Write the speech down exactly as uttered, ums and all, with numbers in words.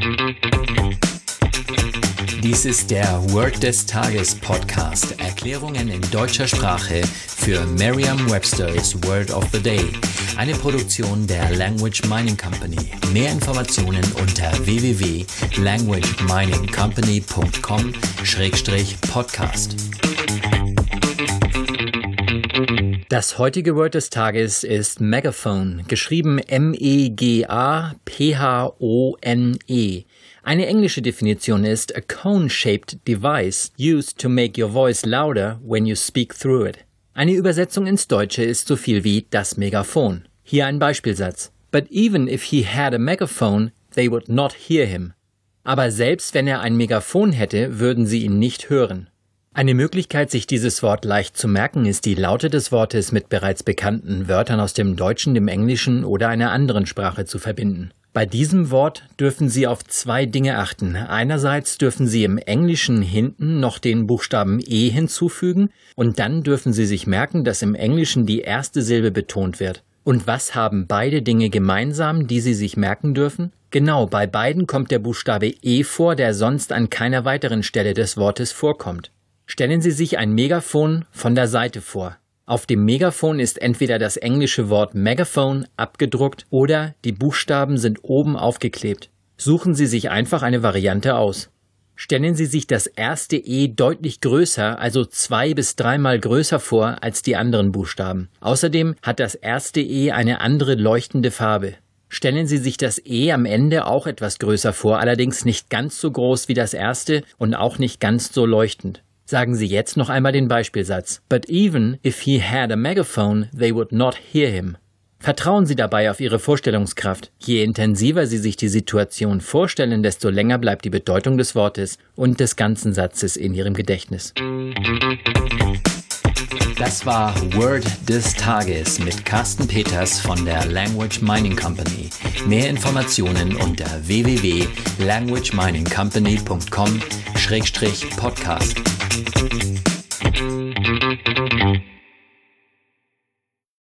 Dies ist der Word des Tages Podcast. Erklärungen in deutscher Sprache für Merriam-Webster's Word of the Day. Eine Produktion der Language Mining Company. Mehr Informationen unter w w w punkt language mining company punkt com Schrägstrich Podcast. Das heutige Word des Tages ist Megaphone, geschrieben M E G A P H O N E. Eine englische Definition ist a cone-shaped device used to make your voice louder when you speak through it. Eine Übersetzung ins Deutsche ist so viel wie das Megafon. Hier ein Beispielsatz. But even if he had a megaphone, they would not hear him. Aber selbst wenn er ein Megafon hätte, würden sie ihn nicht hören. Eine Möglichkeit, sich dieses Wort leicht zu merken, ist die Laute des Wortes mit bereits bekannten Wörtern aus dem Deutschen, dem Englischen oder einer anderen Sprache zu verbinden. Bei diesem Wort dürfen Sie auf zwei Dinge achten. Einerseits dürfen Sie im Englischen hinten noch den Buchstaben E hinzufügen und dann dürfen Sie sich merken, dass im Englischen die erste Silbe betont wird. Und was haben beide Dinge gemeinsam, die Sie sich merken dürfen? Genau, bei beiden kommt der Buchstabe E vor, der sonst an keiner weiteren Stelle des Wortes vorkommt. Stellen Sie sich ein Megafon von der Seite vor. Auf dem Megafon ist entweder das englische Wort Megaphone abgedruckt oder die Buchstaben sind oben aufgeklebt. Suchen Sie sich einfach eine Variante aus. Stellen Sie sich das erste E deutlich größer, also zwei bis dreimal größer vor als die anderen Buchstaben. Außerdem hat das erste E eine andere leuchtende Farbe. Stellen Sie sich das E am Ende auch etwas größer vor, allerdings nicht ganz so groß wie das erste und auch nicht ganz so leuchtend. Sagen Sie jetzt noch einmal den Beispielsatz. But even if he had a megaphone, they would not hear him. Vertrauen Sie dabei auf Ihre Vorstellungskraft. Je intensiver Sie sich die Situation vorstellen, desto länger bleibt die Bedeutung des Wortes und des ganzen Satzes in Ihrem Gedächtnis. Das war Word des Tages mit Carsten Peters von der Language Mining Company. Mehr Informationen unter w w w punkt language mining company punkt com Schrägstrich Podcast.